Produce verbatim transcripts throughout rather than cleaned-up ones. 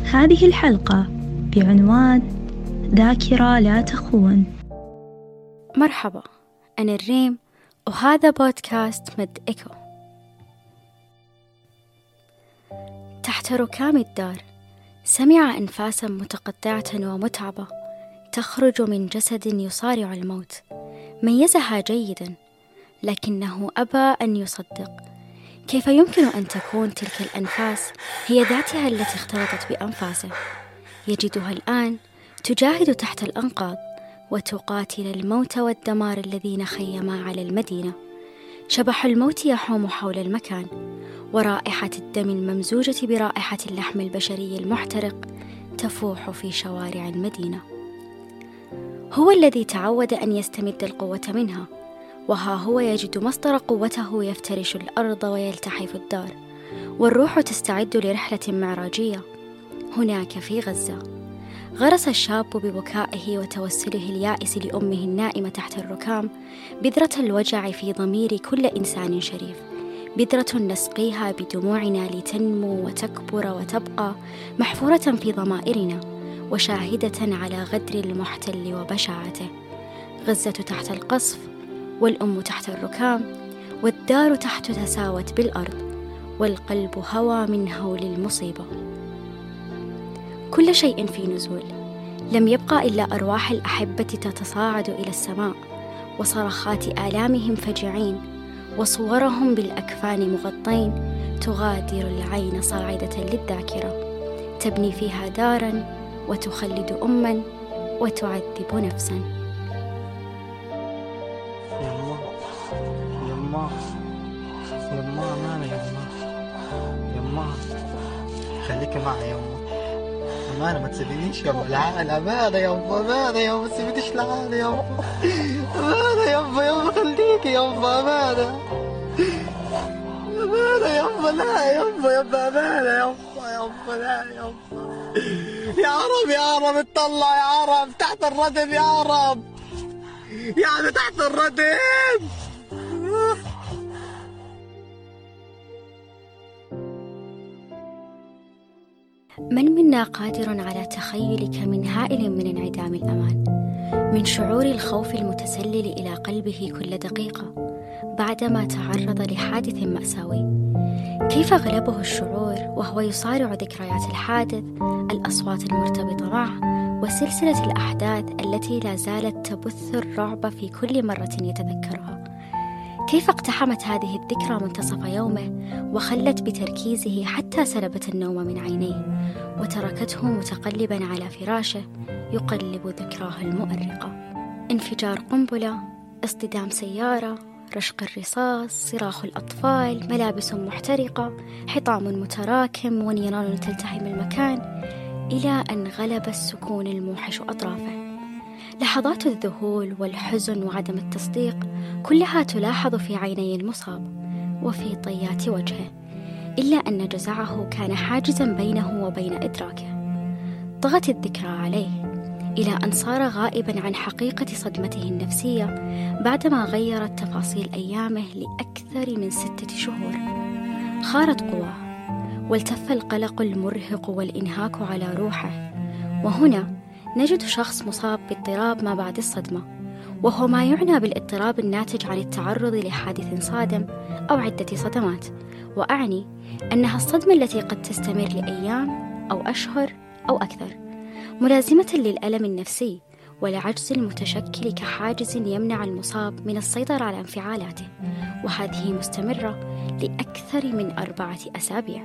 هذه الحلقة بعنوان ذاكرة لا تخون. مرحبا، أنا الريم وهذا بودكاست مد إيكو. تحت ركام الدار سمع أنفاسا متقطعة ومتعبة تخرج من جسد يصارع الموت. ميزها جيدا، لكنه أبى أن يصدق. كيف يمكن أن تكون تلك الأنفاس هي ذاتها التي اختلطت بأنفاسه؟ يجدها الآن تجاهد تحت الأنقاض وتقاتل الموت والدمار الذين خيما على المدينة. شبح الموت يحوم حول المكان، ورائحة الدم الممزوجة برائحة اللحم البشري المحترق تفوح في شوارع المدينة. هو الذي تعود أن يستمد القوة منها، وها هو يجد مصدر قوته يفترش الأرض ويلتحف الدار، والروح تستعد لرحلة معراجية. هناك في غزة غرس الشاب ببكائه وتوسله اليائس لأمه النائمة تحت الركام بذرة الوجع في ضمير كل إنسان شريف، بذرة نسقيها بدموعنا لتنمو وتكبر وتبقى محفورة في ضمائرنا وشاهدة على غدر المحتل وبشاعته. غزة تحت القصف، والأم تحت الركام، والدار تحت تساوت بالأرض، والقلب هوى من هول المصيبة. كل شيء في نزول، لم يبقى إلا أرواح الأحبة تتصاعد إلى السماء، وصرخات آلامهم فجعين، وصورهم بالأكفان مغطين تغادر العين صاعدة للذاكرة، تبني فيها دارا وتخلد أما وتعذب نفسا. يما يما يما أمانة يما يما خليكي معي يما أمانة، ما تسيبينيش يما لعالي. أمانة يما أمانة يما ما تسيبينيش لعالي يما أمانة يما يما خليكي يما أمانة أمانة يما لا يما يما أمانة يما يما لا يما يا عرب يا عرب اطلع يا عرب تحت الردم يا عرب يعني تحت الردم. من منا قادر على تخيل كم من هائل من انعدام الأمان، من شعور الخوف المتسلل إلى قلبه كل دقيقة بعدما تعرض لحادث مأساوي؟ كيف غلبه الشعور وهو يصارع ذكريات الحادث، الأصوات المرتبطة معه، وسلسلة الأحداث التي لا زالت تبث الرعب في كل مرة يتذكرها؟ كيف اقتحمت هذه الذكرى منتصف يومه وخلت بتركيزه حتى سلبت النوم من عينيه، وتركته متقلبا على فراشه يقلب ذكراه المؤرقة؟ انفجار قنبلة، اصطدام سيارة، رشق الرصاص، صراخ الأطفال، ملابس محترقة، حطام متراكم ونيران تلتحم المكان، إلى أن غلب السكون الموحش أطرافه. لحظات الذهول والحزن وعدم التصديق كلها تلاحظ في عيني المصاب وفي طيات وجهه، إلا أن جزعه كان حاجزا بينه وبين إدراكه. طغت الذكرى عليه إلى أن صار غائبا عن حقيقة صدمته النفسية بعدما غيرت تفاصيل أيامه لأكثر من ستة شهور. خارت قواه، والتف القلق المرهق والإنهاك على روحه. وهنا نجد شخص مصاب باضطراب ما بعد الصدمة، وهو ما يعنى بالاضطراب الناتج عن التعرض لحادث صادم أو عدة صدمات، وأعني أنها الصدمة التي قد تستمر لأيام أو أشهر أو أكثر، ملازمة للألم النفسي والعجز المتشكل كحاجز يمنع المصاب من السيطرة على انفعالاته، وهذه مستمرة لأكثر من أربعة أسابيع.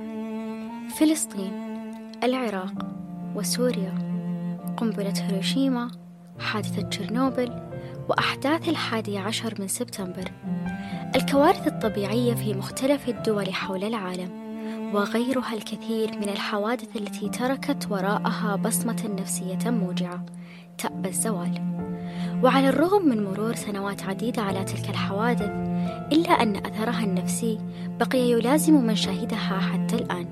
فلسطين، العراق، وسوريا، قنبلة هيروشيما، حادثة تشيرنوبل، وأحداث الحادي عشر من سبتمبر، الكوارث الطبيعية في مختلف الدول حول العالم، وغيرها الكثير من الحوادث التي تركت وراءها بصمة نفسية موجعة تأبى الزوال. وعلى الرغم من مرور سنوات عديدة على تلك الحوادث، إلا أن أثرها النفسي بقي يلازم من شاهدها حتى الآن.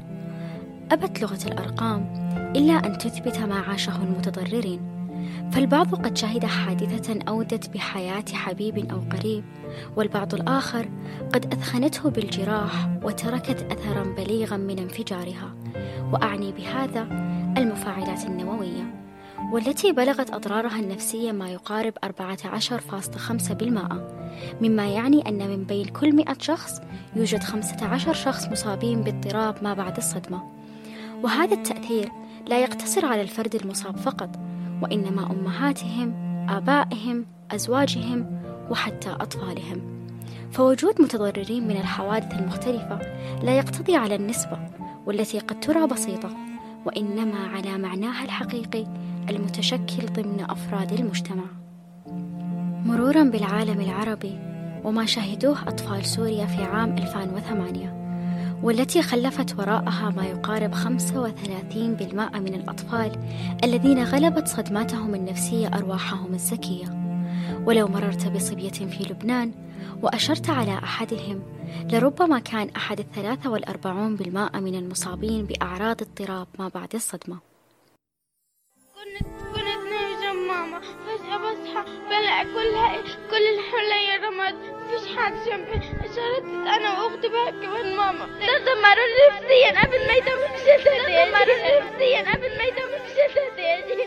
أبت لغة الأرقام إلا أن تثبت ما عاشه المتضررين، فالبعض قد شهد حادثة أودت بحياة حبيب أو قريب، والبعض الآخر قد أثخنته بالجراح وتركت أثرا بليغا من انفجارها، وأعني بهذا المفاعلات النووية، والتي بلغت أضرارها النفسية ما يقارب أربعة عشر فاصلة خمسة بالمئة، مما يعني أن من بين كل مئة شخص يوجد خمسة عشر شخص مصابين باضطراب ما بعد الصدمة. وهذا التأثير لا يقتصر على الفرد المصاب فقط، وإنما أمهاتهم، آبائهم، أزواجهم، وحتى أطفالهم. فوجود متضررين من الحوادث المختلفة لا يقتضي على النسبة، والتي قد ترى بسيطة، وإنما على معناها الحقيقي المتشكل ضمن أفراد المجتمع. مرورا بالعالم العربي وما شهدوه أطفال سوريا في عام ألفين وثمانية، والتي خلفت وراءها ما يقارب خمسة وثلاثين بالمئة من الأطفال الذين غلبت صدماتهم النفسية أرواحهم الزكية. ولو مررت بصبية في لبنان وأشرت على أحدهم، لربما كان أحد الثلاثة والأربعون بالمئة من المصابين بأعراض اضطراب ما بعد الصدمة. كنت كنت نايمة ماما، فجأة بصحى بلاقي كل هاي كل اللي حواليا رماد، مفيش حد جنبي. شردت أنا وأختي بحكي من ماما، تدمروا نفسيا قبل ما يدمروا جسدي، تدمروا نفسيا قبل ما يدمروا جسدي.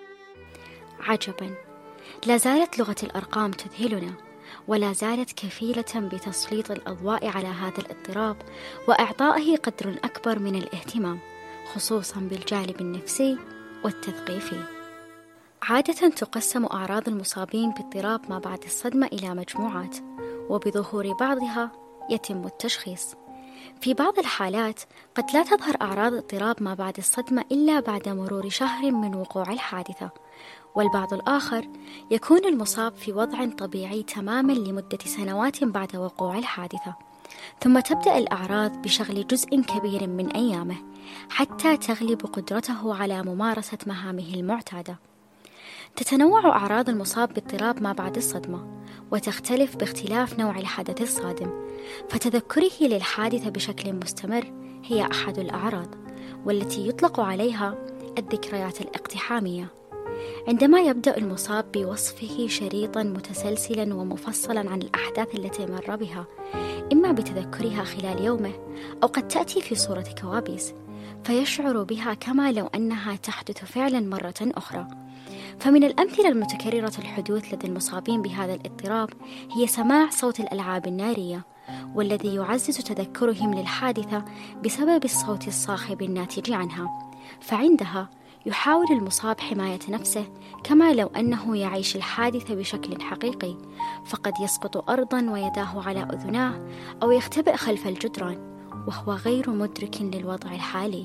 عجبا، لا زالت لغة الأرقام تذهلنا، ولا زالت كفيلة بتسليط الأضواء على هذا الاضطراب وإعطائه قدر أكبر من الاهتمام، خصوصا بالجانب النفسي والتثقيفي. عادة تقسم أعراض المصابين باضطراب ما بعد الصدمة إلى مجموعات، وبظهور بعضها يتم التشخيص. في بعض الحالات قد لا تظهر أعراض اضطراب ما بعد الصدمة إلا بعد مرور شهر من وقوع الحادثة، والبعض الآخر يكون المصاب في وضع طبيعي تماما لمدة سنوات بعد وقوع الحادثة، ثم تبدأ الأعراض بشغل جزء كبير من أيامه حتى تغلب قدرته على ممارسة مهامه المعتادة. تتنوع أعراض المصاب باضطراب ما بعد الصدمة، وتختلف باختلاف نوع الحدث الصادم، فتذكره للحادثة بشكل مستمر هي أحد الأعراض، والتي يطلق عليها الذكريات الاقتحامية. عندما يبدأ المصاب بوصفه شريطا متسلسلا ومفصلا عن الأحداث التي مر بها، إما بتذكرها خلال يومه أو قد تأتي في صورة كوابيس، فيشعر بها كما لو أنها تحدث فعلا مرة أخرى. فمن الأمثلة المتكررة الحدوث لدى المصابين بهذا الاضطراب هي سماع صوت الألعاب النارية، والذي يعزز تذكرهم للحادثة بسبب الصوت الصاخب الناتج عنها. فعندها يحاول المصاب حماية نفسه كما لو أنه يعيش الحادثة بشكل حقيقي، فقد يسقط أرضا ويداه على أذناه أو يختبئ خلف الجدران وهو غير مدرك للوضع الحالي.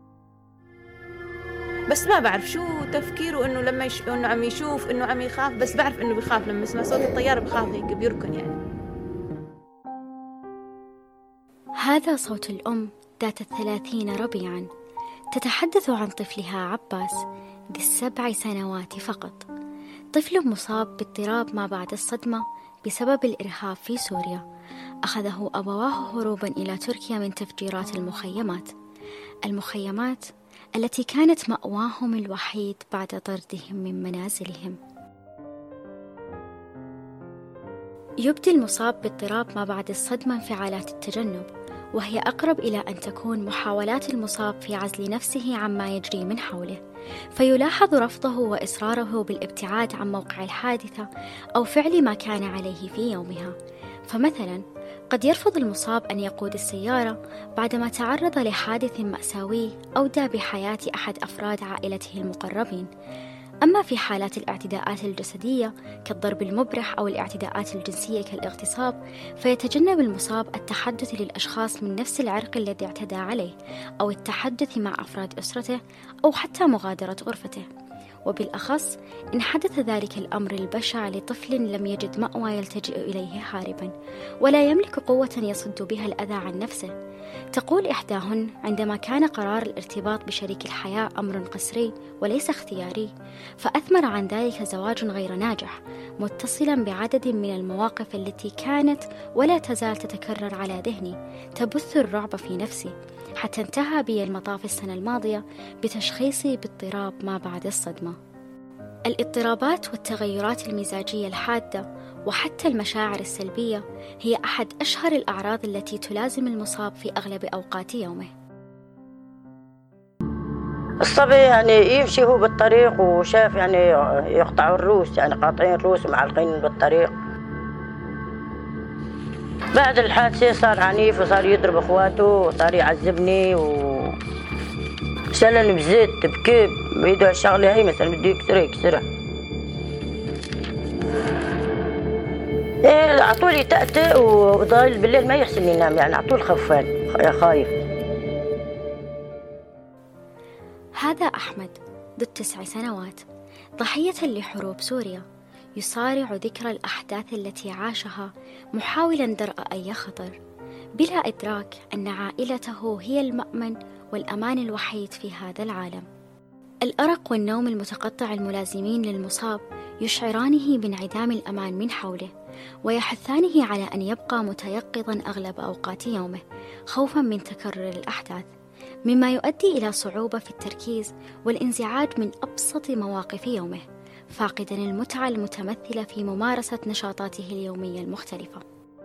بس ما بعرف شو تفكيره إنه لما يش... إنه عم يشوف إنه عم يخاف، بس بعرف إنه بيخاف لما يسمع صوت الطيارة، بخاف هيك بيركن يعني. هذا صوت الأم ذات الثلاثين ربيعا تتحدث عن طفلها عباس ذي السبع سنوات فقط، طفل مصاب باضطراب ما بعد الصدمة بسبب الإرهاب في سوريا، أخذه أبواه هروبا إلى تركيا من تفجيرات المخيمات المخيمات التي كانت مأواهم الوحيد بعد طردهم من منازلهم. يبدي المصاب باضطراب ما بعد الصدمة انفعالات التجنب، وهي أقرب إلى أن تكون محاولات المصاب في عزل نفسه عما يجري من حوله، فيلاحظ رفضه وإصراره بالابتعاد عن موقع الحادثة أو فعل ما كان عليه في يومها. فمثلا قد يرفض المصاب أن يقود السيارة بعدما تعرض لحادث مأساوي أودى بحياة أحد أفراد عائلته المقربين. أما في حالات الاعتداءات الجسدية كالضرب المبرح أو الاعتداءات الجنسية كالاغتصاب، فيتجنب المصاب التحدث للأشخاص من نفس العرق الذي اعتدى عليه أو التحدث مع أفراد أسرته أو حتى مغادرة غرفته، وبالأخص إن حدث ذلك الأمر البشع لطفل لم يجد مأوى يلتجئ إليه هاربا ولا يملك قوة يصد بها الأذى عن نفسه. تقول إحداهن: عندما كان قرار الارتباط بشريك الحياة أمر قسري وليس اختياري، فأثمر عن ذلك زواج غير ناجح متصلا بعدد من المواقف التي كانت ولا تزال تتكرر على ذهني تبث الرعب في نفسي، حتى انتهى بي المطاف السنة الماضية بتشخيصي باضطراب ما بعد الصدمة. الاضطرابات والتغيرات المزاجية الحادة وحتى المشاعر السلبية هي أحد أشهر الأعراض التي تلازم المصاب في أغلب أوقات يومه. الصبي يعني يمشي هو بالطريق وشاف يعني يقطعوا الروس، يعني قاطعين الروس ومعلقين بالطريق. بعد الحادثة صار عنيف وصار يضرب اخواته وصار يعذبني وشلني بزيت بكيب بيده الشغلة هي مثلا بده يكسرها يكسرها. ايه على طول يتأتأ وضايل بالليل ما يحسن ينام، يعني على طول خفان خايف. هذا أحمد ذو التسع سنوات ضحية لحروب سوريا، يصارع ذكرى الأحداث التي عاشها محاولا درء أي خطر، بلا إدراك أن عائلته هي المأمن والأمان الوحيد في هذا العالم. الأرق والنوم المتقطع الملازمين للمصاب يشعرانه بانعدام الأمان من حوله، ويحثانه على أن يبقى متيقظا أغلب أوقات يومه خوفا من تكرر الأحداث، مما يؤدي إلى صعوبة في التركيز والانزعاج من أبسط مواقف يومه، فاقدا المتعة المتمثلة في ممارسة نشاطاته اليومية المختلفة.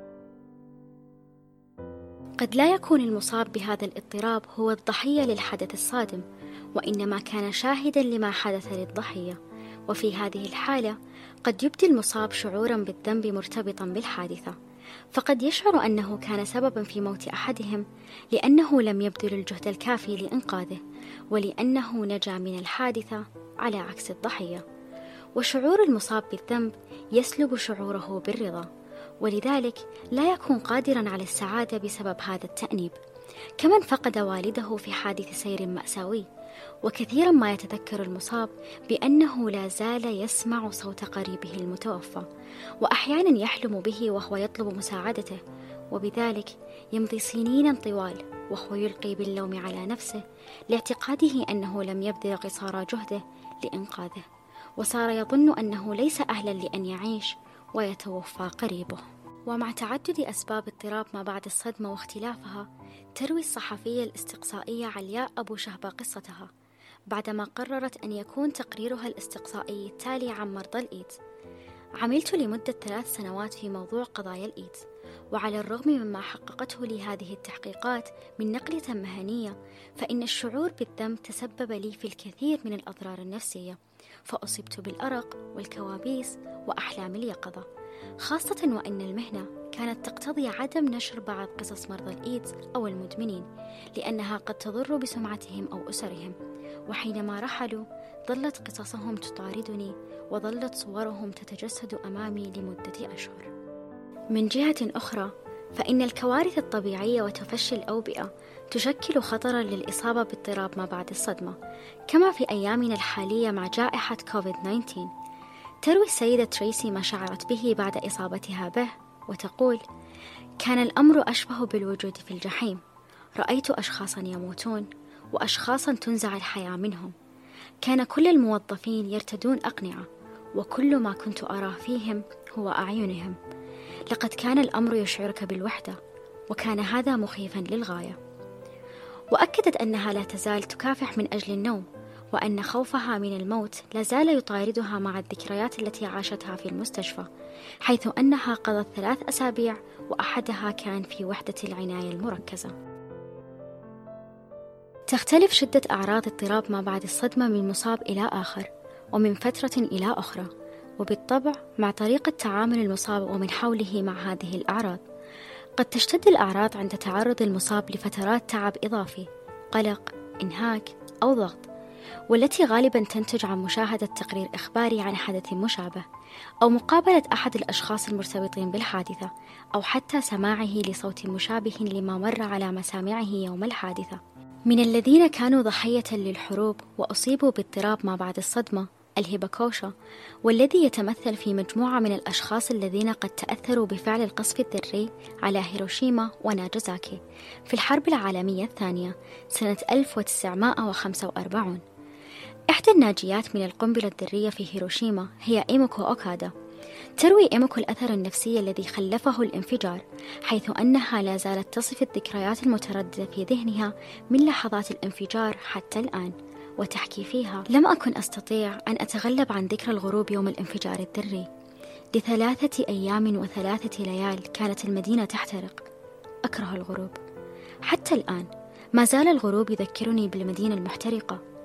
قد لا يكون المصاب بهذا الاضطراب هو الضحية للحدث الصادم، وإنما كان شاهدا لما حدث للضحية، وفي هذه الحالة قد يبدي المصاب شعورا بالذنب مرتبطا بالحادثة، فقد يشعر أنه كان سببا في موت أحدهم لأنه لم يبذل الجهد الكافي لإنقاذه، ولأنه نجا من الحادثة على عكس الضحية. وشعور المصاب بالذنب يسلب شعوره بالرضا، ولذلك لا يكون قادرا على السعادة بسبب هذا التأنيب، كمن فقد والده في حادث سير مأساوي. وكثيرا ما يتذكر المصاب بأنه لا زال يسمع صوت قريبه المتوفى، وأحيانا يحلم به وهو يطلب مساعدته، وبذلك يمضي سنين طوال وهو يلقي باللوم على نفسه لاعتقاده أنه لم يبذل قصارى جهده لإنقاذه، وصار يظن أنه ليس أهلا لأن يعيش ويتوفى قريبه. ومع تعدد أسباب اضطراب ما بعد الصدمة واختلافها، تروي الصحفية الاستقصائية علياء أبو شهبة قصتها بعدما قررت أن يكون تقريرها الاستقصائي التالي عن مرضى الإيدز. عملت لمدة ثلاث سنوات في موضوع قضايا الإيدز، وعلى الرغم مما حققته لي هذه التحقيقات من نقلة مهنية، فإن الشعور بالذنب تسبب لي في الكثير من الأضرار النفسية، فأصبت بالأرق والكوابيس وأحلام اليقظة، خاصة وأن المهنة كانت تقتضي عدم نشر بعض قصص مرضى الإيدز أو المدمنين، لأنها قد تضر بسمعتهم أو أسرهم. وحينما رحلوا ظلت قصصهم تطاردني، وظلت صورهم تتجسد أمامي لمدة أشهر. من جهة أخرى، فإن الكوارث الطبيعية وتفشي الأوبئة تشكل خطرا للإصابة باضطراب ما بعد الصدمة، كما في أيامنا الحالية مع جائحة كوفيد تسعة عشر. تروي السيدة تريسي ما شعرت به بعد إصابتها به، وتقول: كان الأمر أشبه بالوجود في الجحيم، رأيت أشخاصا يموتون وأشخاصا تنزع الحياة منهم، كان كل الموظفين يرتدون أقنعة، وكل ما كنت أراه فيهم هو أعينهم. لقد كان الأمر يشعرك بالوحدة، وكان هذا مخيفا للغاية. وأكدت أنها لا تزال تكافح من أجل النوم، وأن خوفها من الموت لا زال يطاردها مع الذكريات التي عاشتها في المستشفى، حيث أنها قضت ثلاث أسابيع وأحدها كان في وحدة العناية المركزة. تختلف شدة أعراض اضطراب ما بعد الصدمة من مصاب إلى آخر، ومن فترة إلى أخرى، وبالطبع مع طريقة تعامل المصاب ومن حوله مع هذه الأعراض. قد تشتد الأعراض عند تعرض المصاب لفترات تعب إضافي، قلق، إنهاك أو ضغط، والتي غالبا تنتج عن مشاهدة تقرير إخباري عن حدث مشابه، أو مقابلة أحد الأشخاص المرتبطين بالحادثة، أو حتى سماعه لصوت مشابه لما مر على مسامعه يوم الحادثة. من الذين كانوا ضحية للحروب وأصيبوا باضطراب ما بعد الصدمة الهيباكوشا، والذي يتمثل في مجموعة من الأشخاص الذين قد تأثروا بفعل القصف الذري على هيروشيما وناجازاكي في الحرب العالمية الثانية سنة ألف وتسعمائة وخمسة وأربعين. إحدى الناجيات من القنبلة الذرية في هيروشيما هي إيميكو أوكادا. تروي إيميكو الأثر النفسي الذي خلفه الانفجار، حيث أنها لا زالت تصف الذكريات المترددة في ذهنها من لحظات الانفجار حتى الآن، وتحكي فيها: لم أكن أستطيع أن أتغلب عن ذكرى الغروب يوم الانفجار الذري. لثلاثة أيام وثلاثة ليال كانت المدينة تحترق. أكره الغروب. حتى الآن ما زال الغروب يذكرني بالمدينة المحترقة.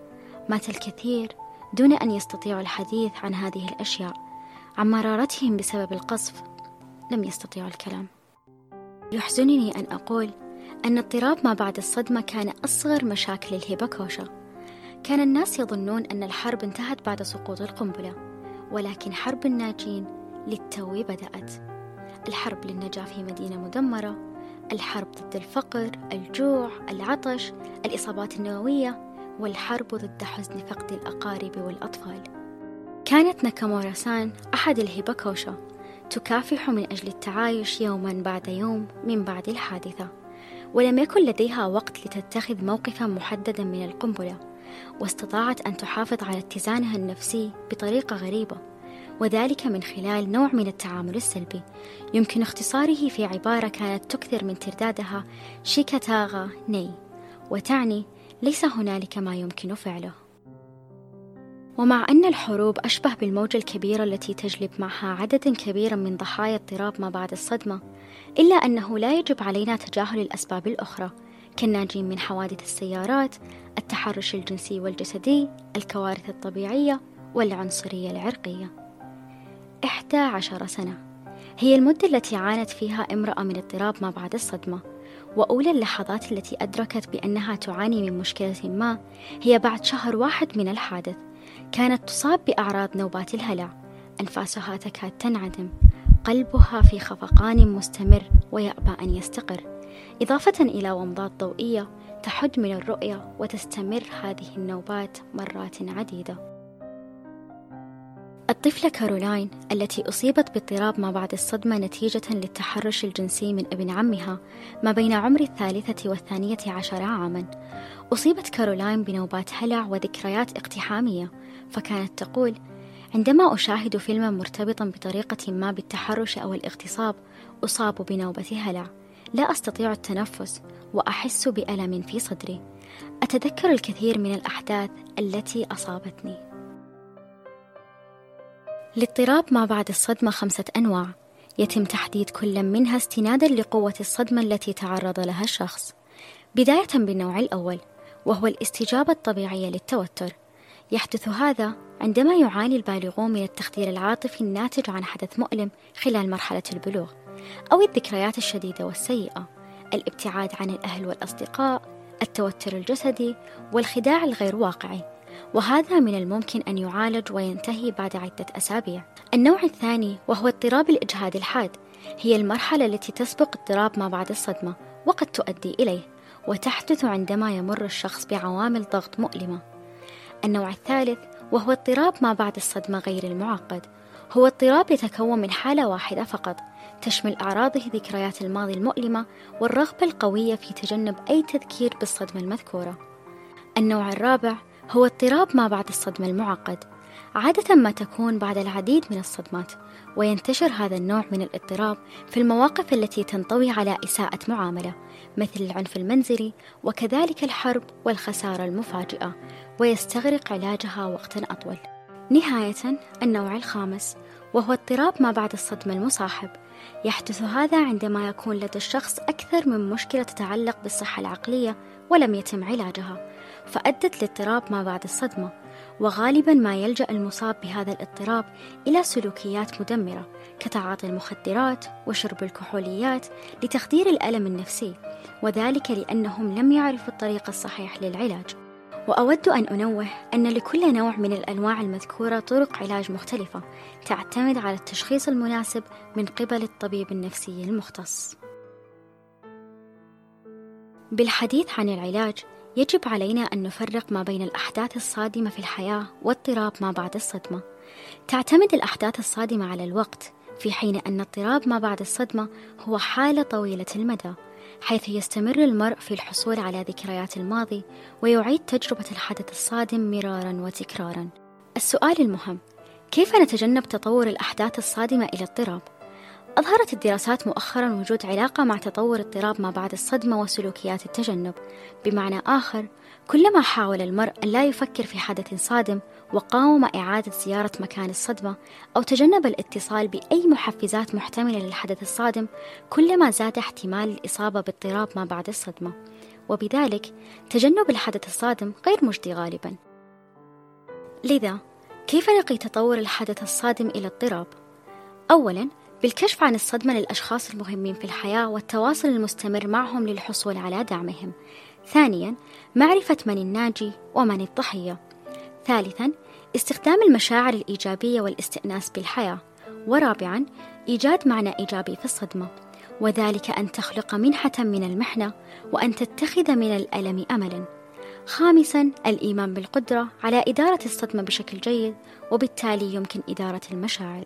مات الكثير دون أن يستطيعوا الحديث عن هذه الأشياء، عن مرارتهم بسبب القصف لم يستطيعوا الكلام. يحزنني أن أقول أن اضطراب ما بعد الصدمة كان أصغر مشاكل الهيباكوشا. كان الناس يظنون أن الحرب انتهت بعد سقوط القنبلة، ولكن حرب الناجين للتو بدأت. الحرب للنجاة في مدينة مدمرة، الحرب ضد الفقر، الجوع، العطش، الإصابات النووية، والحرب ضد حزن فقد الأقارب والأطفال. كانت ناكامورا سان أحد الهيباكوشا تكافح من أجل التعايش يوما بعد يوم من بعد الحادثة، ولم يكن لديها وقت لتتخذ موقفا محددا من القنبلة، واستطاعت أن تحافظ على اتزانها النفسي بطريقة غريبة، وذلك من خلال نوع من التعامل السلبي يمكن اختصاره في عبارة كانت تكثر من تردادها شيكاتاغا ني، وتعني ليس هنالك ما يمكن فعله. ومع أن الحروب أشبه بالموجة الكبيرة التي تجلب معها عددا كبيرا من ضحايا اضطراب ما بعد الصدمة، إلا أنه لا يجب علينا تجاهل الأسباب الأخرى كالناجين من حوادث السيارات، التحرش الجنسي والجسدي، الكوارث الطبيعية، والعنصرية العرقية. إحدى عشر سنة هي المدة التي عانت فيها امرأة من اضطراب ما بعد الصدمة، وأولى اللحظات التي أدركت بأنها تعاني من مشكلة ما هي بعد شهر واحد من الحادث. كانت تصاب بأعراض نوبات الهلع، أنفاسها تكاد تنعدم، قلبها في خفقان مستمر ويأبى أن يستقر، إضافة إلى ومضات ضوئية تحد من الرؤية، وتستمر هذه النوبات مرات عديدة. الطفلة كارولاين التي أصيبت باضطراب ما بعد الصدمة نتيجة للتحرش الجنسي من ابن عمها ما بين عمر الثالثة والثانية عشر عاما، أصيبت كارولاين بنوبات هلع وذكريات اقتحامية، فكانت تقول: عندما أشاهد فيلما مرتبطا بطريقة ما بالتحرش أو الاغتصاب أصاب بنوبة هلع، لا أستطيع التنفس وأحس بألم في صدري. أتذكر الكثير من الأحداث التي أصابتني. الاضطراب ما بعد الصدمة خمسة أنواع، يتم تحديد كل منها استنادا لقوة الصدمة التي تعرض لها الشخص. بداية بالنوع الأول، وهو الاستجابة الطبيعية للتوتر. يحدث هذا عندما يعاني البالغون من التخدير العاطفي الناتج عن حدث مؤلم خلال مرحلة البلوغ، أو الذكريات الشديدة والسيئة، الابتعاد عن الأهل والأصدقاء، التوتر الجسدي، والخداع الغير واقعي، وهذا من الممكن أن يعالج وينتهي بعد عدة أسابيع. النوع الثاني وهو اضطراب الإجهاد الحاد، هي المرحلة التي تسبق اضطراب ما بعد الصدمة وقد تؤدي إليه، وتحدث عندما يمر الشخص بعوامل ضغط مؤلمة. النوع الثالث وهو اضطراب ما بعد الصدمة غير المعقد، هو اضطراب يتكون من حالة واحدة فقط، تشمل أعراضه ذكريات الماضي المؤلمة والرغبة القوية في تجنب أي تذكير بالصدمة المذكورة. النوع الرابع هو اضطراب ما بعد الصدمة المعقد، عادة ما تكون بعد العديد من الصدمات، وينتشر هذا النوع من الاضطراب في المواقف التي تنطوي على إساءة معاملة مثل العنف المنزلي، وكذلك الحرب والخسارة المفاجئة، ويستغرق علاجها وقتا أطول. نهاية، النوع الخامس وهو اضطراب ما بعد الصدمة المصاحب، يحدث هذا عندما يكون لدى الشخص أكثر من مشكلة تتعلق بالصحة العقلية ولم يتم علاجها، فأدت لاضطراب ما بعد الصدمة، وغالبا ما يلجأ المصاب بهذا الاضطراب إلى سلوكيات مدمرة كتعاطي المخدرات وشرب الكحوليات لتخدير الألم النفسي، وذلك لأنهم لم يعرفوا الطريق الصحيح للعلاج. وأود أن أنوه أن لكل نوع من الأنواع المذكورة طرق علاج مختلفة تعتمد على التشخيص المناسب من قبل الطبيب النفسي المختص. بالحديث عن العلاج، يجب علينا أن نفرق ما بين الأحداث الصادمة في الحياة واضطراب ما بعد الصدمة. تعتمد الأحداث الصادمة على الوقت، في حين أن اضطراب ما بعد الصدمة هو حالة طويلة المدى، حيث يستمر المرء في الحصول على ذكريات الماضي ويعيد تجربة الحدث الصادم مرارا وتكرارا. السؤال المهم: كيف نتجنب تطور الأحداث الصادمة إلى اضطراب؟ أظهرت الدراسات مؤخرا وجود علاقة مع تطور اضطراب ما بعد الصدمة وسلوكيات التجنب. بمعنى آخر، كلما حاول المرء أن لا يفكر في حدث صادم وقاوم إعادة زيارة مكان الصدمة أو تجنب الاتصال بأي محفزات محتملة للحدث الصادم، كلما زاد احتمال الإصابة باضطراب ما بعد الصدمة، وبذلك تجنب الحدث الصادم غير مجدي غالبا. لذا كيف نقي تطور الحدث الصادم إلى اضطراب؟ أولاً بالكشف عن الصدمة للأشخاص المهمين في الحياة والتواصل المستمر معهم للحصول على دعمهم. ثانياً معرفة من الناجي ومن الضحية. ثالثاً استخدام المشاعر الإيجابية والاستئناس بالحياة. ورابعاً إيجاد معنى إيجابي في الصدمة، وذلك أن تخلق منحة من المحنة وأن تتخذ من الألم أملاً. خامساً الإيمان بالقدرة على إدارة الصدمة بشكل جيد، وبالتالي يمكن إدارة المشاعر.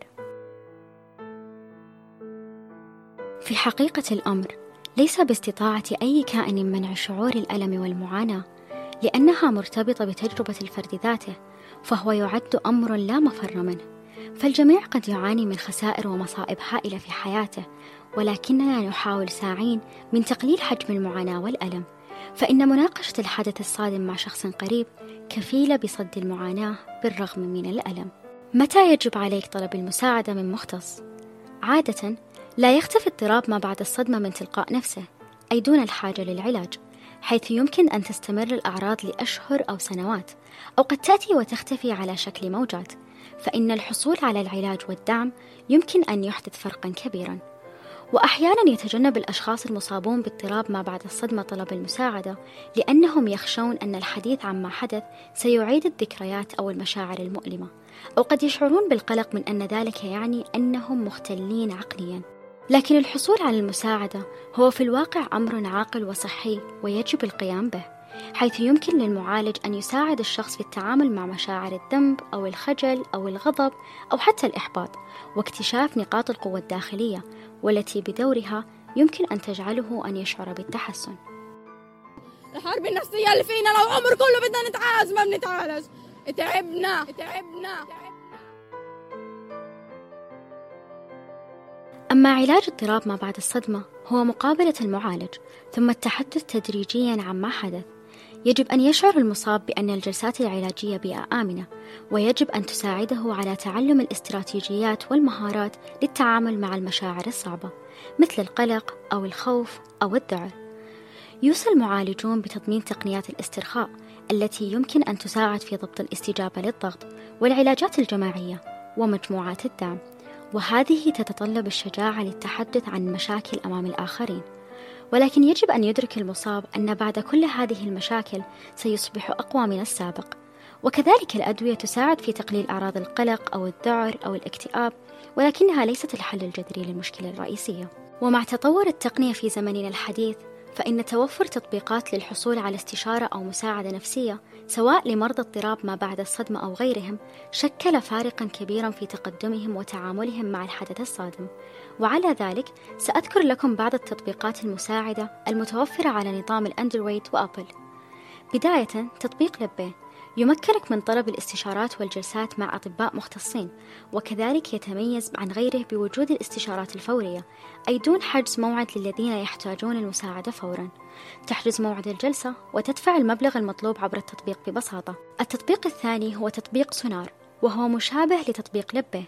في حقيقة الأمر ليس باستطاعة أي كائن منع شعور الألم والمعاناة، لأنها مرتبطة بتجربة الفرد ذاته، فهو يعد أمر لا مفر منه. فالجميع قد يعاني من خسائر ومصائب هائلة في حياته، ولكننا نحاول ساعين من تقليل حجم المعاناة والألم، فإن مناقشة الحدث الصادم مع شخص قريب كفيلة بصد المعاناة بالرغم من الألم. متى يجب عليك طلب المساعدة من مختص؟ عادة لا يختفي اضطراب ما بعد الصدمة من تلقاء نفسه، أي دون الحاجة للعلاج، حيث يمكن أن تستمر الأعراض لأشهر أو سنوات، أو قد تأتي وتختفي على شكل موجات، فإن الحصول على العلاج والدعم يمكن أن يحدث فرقاً كبيراً. وأحياناً يتجنب الأشخاص المصابون باضطراب ما بعد الصدمة طلب المساعدة، لأنهم يخشون أن الحديث عما حدث سيعيد الذكريات أو المشاعر المؤلمة، أو قد يشعرون بالقلق من أن ذلك يعني أنهم مختلين عقلياً. لكن الحصول على المساعدة هو في الواقع أمر عاقل وصحي ويجب القيام به، حيث يمكن للمعالج أن يساعد الشخص في التعامل مع مشاعر الذنب أو الخجل أو الغضب أو حتى الإحباط، واكتشاف نقاط القوة الداخلية والتي بدورها يمكن أن تجعله أن يشعر بالتحسن. الحرب النفسية اللي فينا لو عمر كله بدنا نتعالج ما بنتعالج، تعبنا تعبنا. أما علاج اضطراب ما بعد الصدمة هو مقابلة المعالج ثم التحدث تدريجياً عما حدث. يجب أن يشعر المصاب بأن الجلسات العلاجية بيئة آمنة، ويجب أن تساعده على تعلم الاستراتيجيات والمهارات للتعامل مع المشاعر الصعبة مثل القلق أو الخوف أو الذعر. يوصي المعالجون بتضمين تقنيات الاسترخاء التي يمكن أن تساعد في ضبط الاستجابة للضغط والعلاجات الجماعية ومجموعات الدعم، وهذه تتطلب الشجاعة للتحدث عن مشاكل أمام الآخرين. ولكن يجب أن يدرك المصاب أن بعد كل هذه المشاكل سيصبح أقوى من السابق. وكذلك الأدوية تساعد في تقليل أعراض القلق أو الذعر أو الاكتئاب، ولكنها ليست الحل الجذري للمشكلة الرئيسية. ومع تطور التقنية في زمننا الحديث، فإن توفر تطبيقات للحصول على استشارة أو مساعدة نفسية سواء لمرضى اضطراب ما بعد الصدمة أو غيرهم شكل فارقاً كبيراً في تقدمهم وتعاملهم مع الحدث الصادم. وعلى ذلك سأذكر لكم بعض التطبيقات المساعدة المتوفرة على نظام الأندرويد وأبل. بداية تطبيق لبيه يمكنك من طلب الاستشارات والجلسات مع أطباء مختصين، وكذلك يتميز عن غيره بوجود الاستشارات الفورية، أي دون حجز موعد للذين يحتاجون المساعدة فوراً. تحجز موعد الجلسة وتدفع المبلغ المطلوب عبر التطبيق ببساطة. التطبيق الثاني هو تطبيق سونار، وهو مشابه لتطبيق لبيه.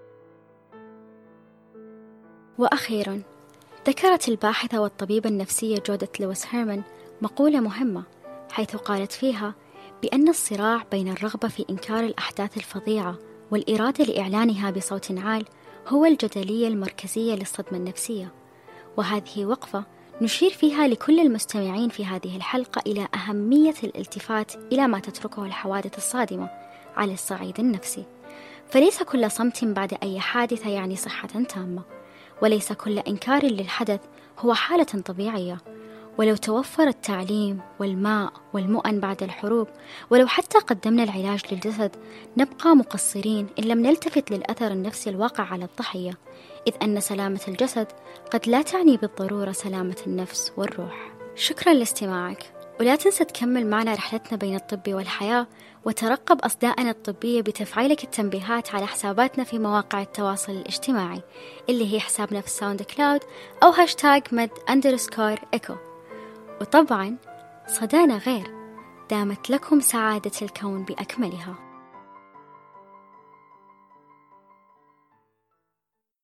وأخيراً ذكرت الباحثة والطبيبة النفسية جوديث لويس هيرمان مقولة مهمة، حيث قالت فيها بأن الصراع بين الرغبة في إنكار الأحداث الفظيعة والإرادة لإعلانها بصوت عال هو الجدلية المركزية للصدمة النفسية. وهذه وقفة نشير فيها لكل المستمعين في هذه الحلقة إلى أهمية الالتفات إلى ما تتركه الحوادث الصادمة على الصعيد النفسي، فليس كل صمت بعد أي حادثة يعني صحة تامة، وليس كل إنكار للحدث هو حالة طبيعية. ولو توفر التعليم والماء والمؤن بعد الحروب، ولو حتى قدمنا العلاج للجسد، نبقى مقصرين إن لم نلتفت للأثر النفسي الواقع على الضحية، إذ أن سلامة الجسد قد لا تعني بالضرورة سلامة النفس والروح. شكرا لاستماعك، ولا تنسى تكمل معنا رحلتنا بين الطب والحياة، وترقب أصداءنا الطبية بتفعيلك التنبيهات على حساباتنا في مواقع التواصل الاجتماعي اللي هي حسابنا في الساوند كلاود أو هاشتاج مد أندرسكور إيكو. وطبعا صدانا غير، دامت لكم سعادة الكون بأكملها.